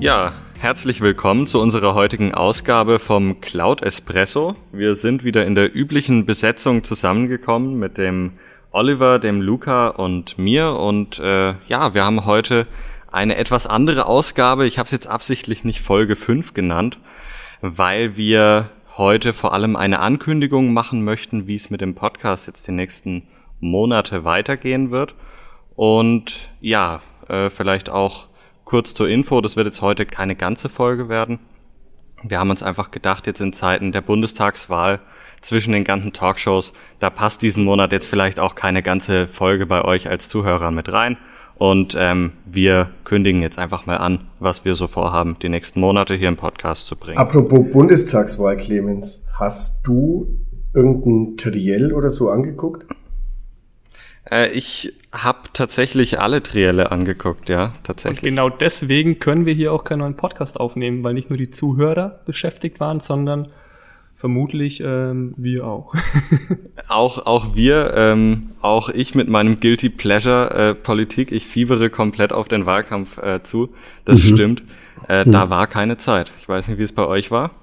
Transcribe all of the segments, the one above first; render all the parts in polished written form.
Ja, herzlich willkommen zu unserer heutigen Ausgabe vom Cloud Espresso. Wir sind wieder in der üblichen Besetzung zusammengekommen mit dem Oliver, dem Luca und mir. Und wir haben heute eine etwas andere Ausgabe. Ich habe es jetzt absichtlich nicht Folge 5 genannt, weil wir heute vor allem eine Ankündigung machen möchten, wie es mit dem Podcast jetzt die nächsten Monate weitergehen wird. Und vielleicht auch kurz zur Info, das wird jetzt heute keine ganze Folge werden. Wir haben uns einfach gedacht, jetzt in Zeiten der Bundestagswahl zwischen den ganzen Talkshows, da passt diesen Monat jetzt vielleicht auch keine ganze Folge bei euch als Zuhörer mit rein. Und wir kündigen jetzt einfach mal an, was wir so vorhaben, die nächsten Monate hier im Podcast zu bringen. Apropos Bundestagswahl, Clemens, hast du irgendein Triell oder so angeguckt? Ich habe tatsächlich alle Trielle angeguckt, ja, tatsächlich. Und genau deswegen können wir hier auch keinen neuen Podcast aufnehmen, weil nicht nur die Zuhörer beschäftigt waren, sondern vermutlich wir auch. Auch wir, auch ich mit meinem Guilty Pleasure Politik, ich fiebere komplett auf den Wahlkampf zu, das stimmt. Da war keine Zeit. Ich weiß nicht, wie es bei euch war.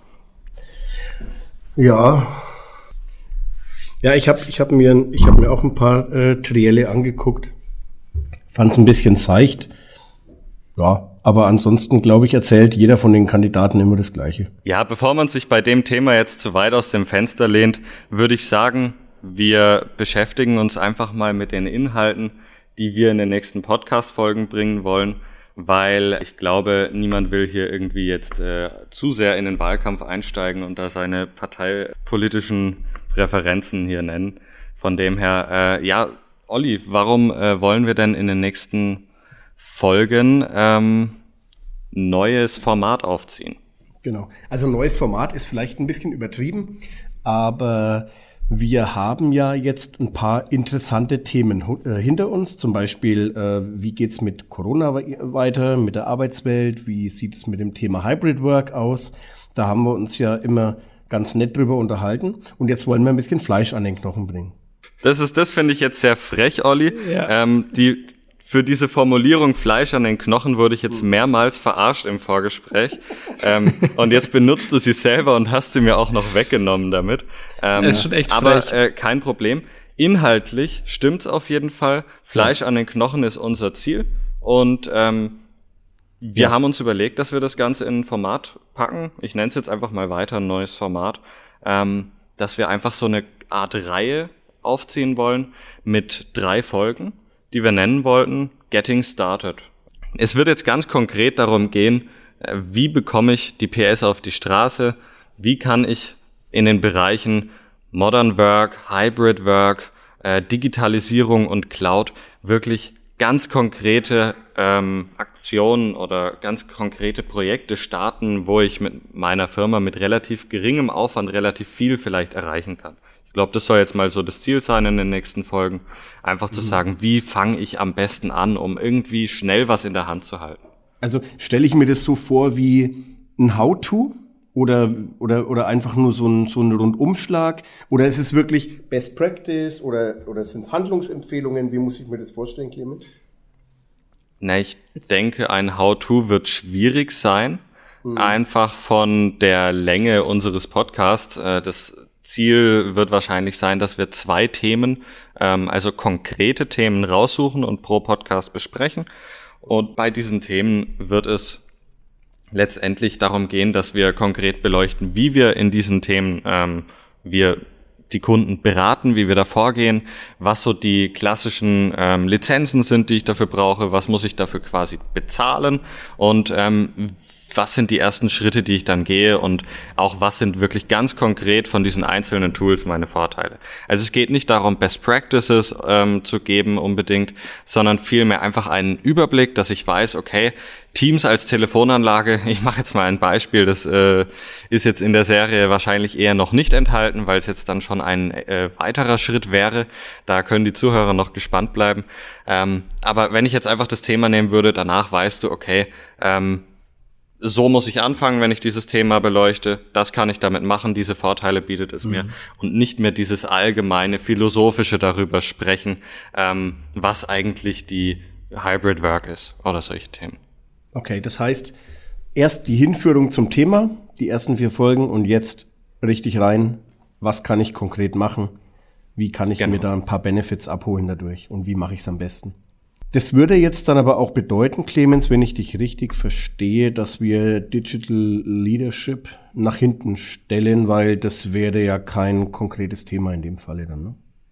Ja, ich hab mir auch ein paar Trielle angeguckt. Fand's ein bisschen seicht. Ja, aber ansonsten, glaube ich, erzählt jeder von den Kandidaten immer das Gleiche. Ja, bevor man sich bei dem Thema jetzt zu weit aus dem Fenster lehnt, würde ich sagen, wir beschäftigen uns einfach mal mit den Inhalten, die wir in den nächsten Podcast-Folgen bringen wollen, weil ich glaube, niemand will hier irgendwie jetzt zu sehr in den Wahlkampf einsteigen und da seine parteipolitischen Präferenzen hier nennen. Von dem her, Olli, warum wollen wir denn in den nächsten Folgen neues Format aufziehen? Genau, also neues Format ist vielleicht ein bisschen übertrieben, aber wir haben ja jetzt ein paar interessante Themen hinter uns, zum Beispiel, wie geht's mit Corona weiter, mit der Arbeitswelt, wie sieht es mit dem Thema Hybrid Work aus? Da haben wir uns ja immer ganz nett drüber unterhalten und jetzt wollen wir ein bisschen Fleisch an den Knochen bringen. Das finde ich jetzt sehr frech, Olli. Ja. Für diese Formulierung Fleisch an den Knochen wurde ich jetzt mehrmals verarscht im Vorgespräch. Und jetzt benutzt du sie selber und hast sie mir auch noch weggenommen damit. Ist schon echt frech. Aber kein Problem. Inhaltlich stimmt's auf jeden Fall. Fleisch an den Knochen ist unser Ziel. Und wir haben uns überlegt, dass wir das Ganze in ein Format packen. Ich nenne es jetzt einfach mal weiter, ein neues Format. Dass wir einfach so eine Art Reihe aufziehen wollen mit 3 Folgen, die wir nennen wollten, Getting Started. Es wird jetzt ganz konkret darum gehen, wie bekomme ich die PS auf die Straße, wie kann ich in den Bereichen Modern Work, Hybrid Work, Digitalisierung und Cloud wirklich ganz konkrete Aktionen oder ganz konkrete Projekte starten, wo ich mit meiner Firma mit relativ geringem Aufwand relativ viel vielleicht erreichen kann. Ich glaube, das soll jetzt mal so das Ziel sein in den nächsten Folgen, einfach zu sagen, wie fange ich am besten an, um irgendwie schnell was in der Hand zu halten. Also stelle ich mir das so vor wie ein How-to oder einfach nur so ein Rundumschlag, oder ist es wirklich Best Practice oder sind es Handlungsempfehlungen? Wie muss ich mir das vorstellen, Clemens? Na, ich denke, ein How-to wird schwierig sein, einfach von der Länge unseres Podcasts. Das Ziel wird wahrscheinlich sein, dass wir 2 Themen, also konkrete Themen raussuchen und pro Podcast besprechen. Und bei diesen Themen wird es letztendlich darum gehen, dass wir konkret beleuchten, wie wir in diesen Themen wir die Kunden beraten, wie wir da vorgehen, was so die klassischen Lizenzen sind, die ich dafür brauche, was muss ich dafür quasi bezahlen und was sind die ersten Schritte, die ich dann gehe und auch was sind wirklich ganz konkret von diesen einzelnen Tools meine Vorteile. Also es geht nicht darum, Best Practices zu geben unbedingt, sondern vielmehr einfach einen Überblick, dass ich weiß, okay, Teams als Telefonanlage, ich mache jetzt mal ein Beispiel, das ist jetzt in der Serie wahrscheinlich eher noch nicht enthalten, weil es jetzt dann schon ein weiterer Schritt wäre. Da können die Zuhörer noch gespannt bleiben. Aber wenn ich jetzt einfach das Thema nehmen würde, danach weißt du, okay, so muss ich anfangen, wenn ich dieses Thema beleuchte. Das kann ich damit machen, diese Vorteile bietet es mir. Und nicht mehr dieses allgemeine, philosophische darüber sprechen, was eigentlich die Hybrid Work ist oder solche Themen. Okay, das heißt, erst die Hinführung zum Thema, die ersten 4 Folgen und jetzt richtig rein. Was kann ich konkret machen? Wie kann ich mir da ein paar Benefits abholen dadurch? Und wie mache ich es am besten? Das würde jetzt dann aber auch bedeuten, Clemens, wenn ich dich richtig verstehe, dass wir Digital Leadership nach hinten stellen, weil das wäre ja kein konkretes Thema in dem Falle dann, ne?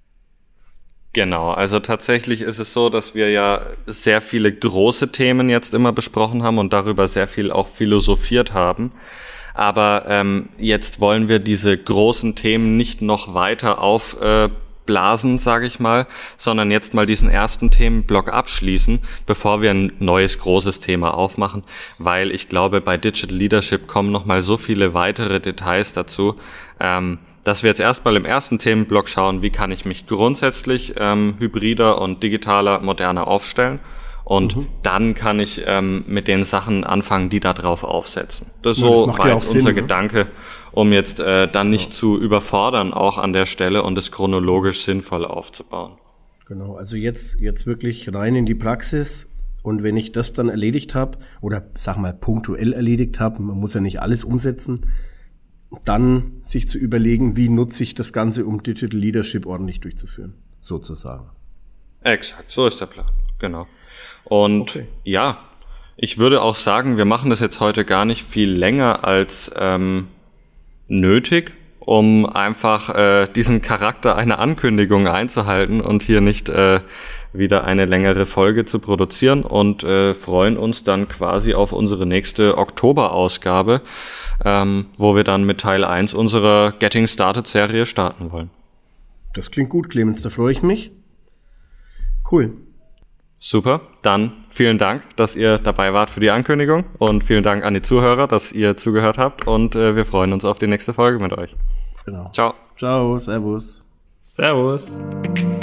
Genau, also tatsächlich ist es so, dass wir ja sehr viele große Themen jetzt immer besprochen haben und darüber sehr viel auch philosophiert haben. Aber jetzt wollen wir diese großen Themen nicht noch weiter aufblasen, sage ich mal, sondern jetzt mal diesen ersten Themenblock abschließen, bevor wir ein neues großes Thema aufmachen, weil ich glaube, bei Digital Leadership kommen noch mal so viele weitere Details dazu, dass wir jetzt erstmal im ersten Themenblock schauen, wie kann ich mich grundsätzlich hybrider und digitaler, moderner aufstellen. Und dann kann ich mit den Sachen anfangen, die da drauf aufsetzen. Das war jetzt unser Gedanke, um jetzt dann nicht zu überfordern, auch an der Stelle, und es chronologisch sinnvoll aufzubauen. Genau, also jetzt wirklich rein in die Praxis. Und wenn ich das dann erledigt habe, oder sag mal punktuell erledigt habe, man muss ja nicht alles umsetzen, dann sich zu überlegen, wie nutze ich das Ganze, um Digital Leadership ordentlich durchzuführen, sozusagen. Exakt, so ist der Plan, genau. Und ja, ich würde auch sagen, wir machen das jetzt heute gar nicht viel länger als nötig, um einfach diesen Charakter einer Ankündigung einzuhalten und hier nicht wieder eine längere Folge zu produzieren, und freuen uns dann quasi auf unsere nächste Oktober-Ausgabe, wo wir dann mit Teil 1 unserer Getting Started-Serie starten wollen. Das klingt gut, Clemens, da freue ich mich. Cool. Super, dann vielen Dank, dass ihr dabei wart für die Ankündigung, und vielen Dank an die Zuhörer, dass ihr zugehört habt, und wir freuen uns auf die nächste Folge mit euch. Genau. Ciao. Ciao, servus. Servus.